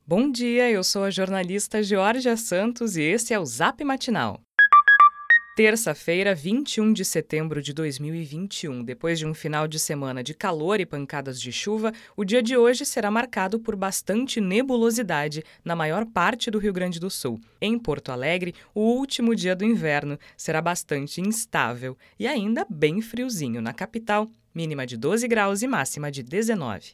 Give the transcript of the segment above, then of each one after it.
Bom dia, eu sou a jornalista Georgia Santos e esse é o Zap Matinal. Terça-feira, 21 de setembro de 2021. Depois de um final de semana de calor e pancadas de chuva, o dia de hoje será marcado por bastante nebulosidade na maior parte do Rio Grande do Sul. Em Porto Alegre, o último dia do inverno será bastante instável e ainda bem friozinho. Na capital, mínima de 12 graus e máxima de 19.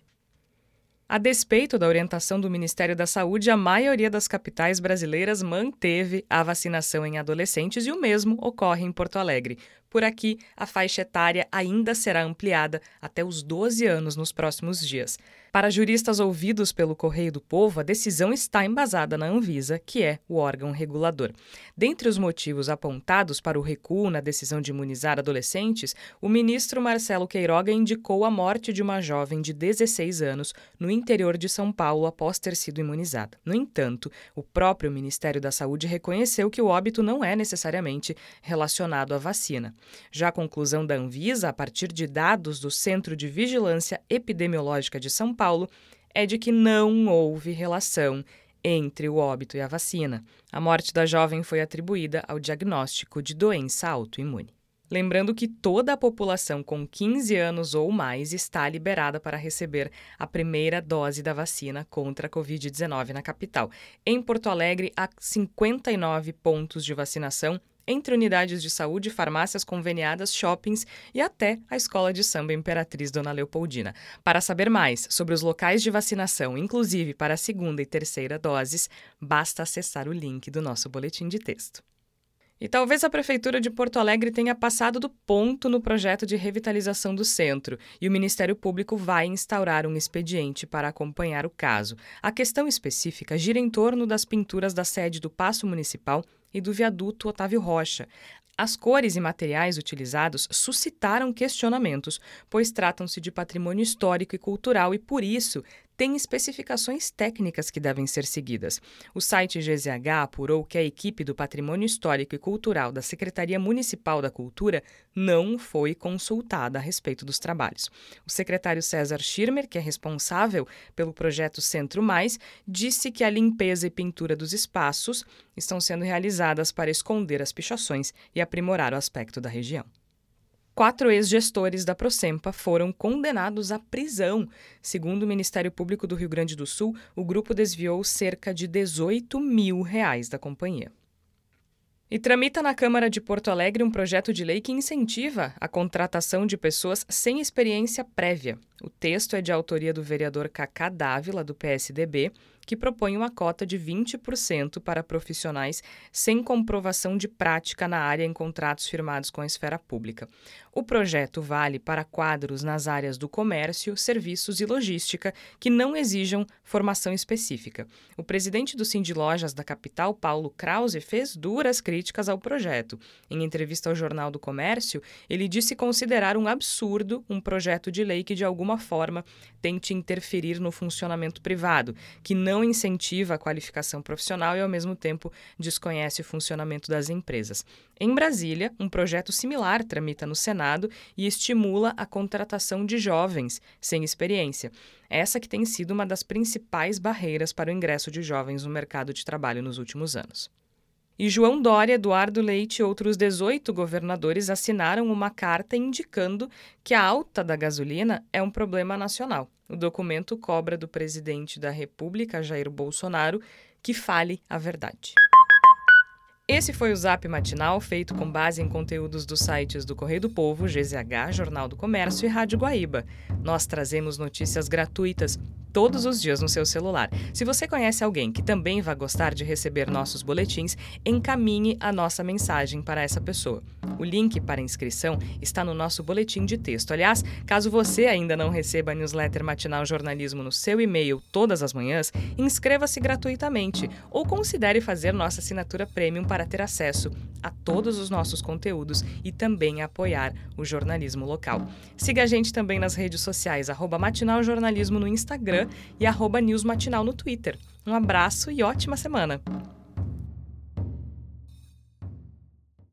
A despeito da orientação do Ministério da Saúde, a maioria das capitais brasileiras manteve a vacinação em adolescentes e o mesmo ocorre em Porto Alegre. Por aqui, a faixa etária ainda será ampliada até os 12 anos nos próximos dias. Para juristas ouvidos pelo Correio do Povo, a decisão está embasada na Anvisa, que é o órgão regulador. Dentre os motivos apontados para o recuo na decisão de imunizar adolescentes, o ministro Marcelo Queiroga indicou a morte de uma jovem de 16 anos no interior de São Paulo após ter sido imunizada. No entanto, o próprio Ministério da Saúde reconheceu que o óbito não é necessariamente relacionado à vacina. Já a conclusão da Anvisa, a partir de dados do Centro de Vigilância Epidemiológica de São Paulo, é de que não houve relação entre o óbito e a vacina. A morte da jovem foi atribuída ao diagnóstico de doença autoimune. Lembrando que toda a população com 15 anos ou mais está liberada para receber a primeira dose da vacina contra a Covid-19 na capital. Em Porto Alegre, há 59 pontos de vacinação entre unidades de saúde, farmácias conveniadas, shoppings e até a Escola de Samba Imperatriz Dona Leopoldina. Para saber mais sobre os locais de vacinação, inclusive para a segunda e terceira doses, basta acessar o link do nosso boletim de texto. E talvez a Prefeitura de Porto Alegre tenha passado do ponto no projeto de revitalização do centro e o Ministério Público vai instaurar um expediente para acompanhar o caso. A questão específica gira em torno das pinturas da sede do Paço Municipal e do viaduto Otávio Rocha. As cores e materiais utilizados suscitaram questionamentos, pois tratam-se de patrimônio histórico e cultural e, por isso, tem especificações técnicas que devem ser seguidas. O site GZH apurou que a equipe do Patrimônio Histórico e Cultural da Secretaria Municipal da Cultura não foi consultada a respeito dos trabalhos. O secretário César Schirmer, que é responsável pelo projeto Centro Mais, disse que a limpeza e pintura dos espaços estão sendo realizadas para esconder as pichações e aprimorar o aspecto da região. 4 ex-gestores da Prosempa foram condenados à prisão. Segundo o Ministério Público do Rio Grande do Sul, o grupo desviou cerca de R$18 mil da companhia. E tramita na Câmara de Porto Alegre um projeto de lei que incentiva a contratação de pessoas sem experiência prévia. O texto é de autoria do vereador Cacá Dávila, do PSDB, que propõe uma cota de 20% para profissionais sem comprovação de prática na área em contratos firmados com a esfera pública. O projeto vale para quadros nas áreas do comércio, serviços e logística que não exijam formação específica. O presidente do Sindilojas da capital, Paulo Krause, fez duras críticas ao projeto. Em entrevista ao Jornal do Comércio, ele disse considerar um absurdo um projeto de lei que, de alguma forma, tente interferir no funcionamento privado, que não incentiva a qualificação profissional e, ao mesmo tempo, desconhece o funcionamento das empresas. Em Brasília, um projeto similar tramita no Senado e estimula a contratação de jovens sem experiência. Essa que tem sido uma das principais barreiras para o ingresso de jovens no mercado de trabalho nos últimos anos. E João Dória, Eduardo Leite e outros 18 governadores assinaram uma carta indicando que a alta da gasolina é um problema nacional. O documento cobra do presidente da República, Jair Bolsonaro, que fale a verdade. Esse foi o Zap Matinal, feito com base em conteúdos dos sites do Correio do Povo, GZH, Jornal do Comércio e Rádio Guaíba. Nós trazemos notícias gratuitas todos os dias no seu celular. Se você conhece alguém que também vai gostar de receber nossos boletins, encaminhe a nossa mensagem para essa pessoa. O link para inscrição está no nosso boletim de texto. Aliás, caso você ainda não receba a newsletter Matinal Jornalismo no seu e-mail todas as manhãs, inscreva-se gratuitamente ou considere fazer nossa assinatura Premium para ter acesso a todos os nossos conteúdos e também apoiar o jornalismo local. Siga a gente também nas redes sociais, @matinaljornalismo no Instagram e @newsmatinal no Twitter. Um abraço e ótima semana!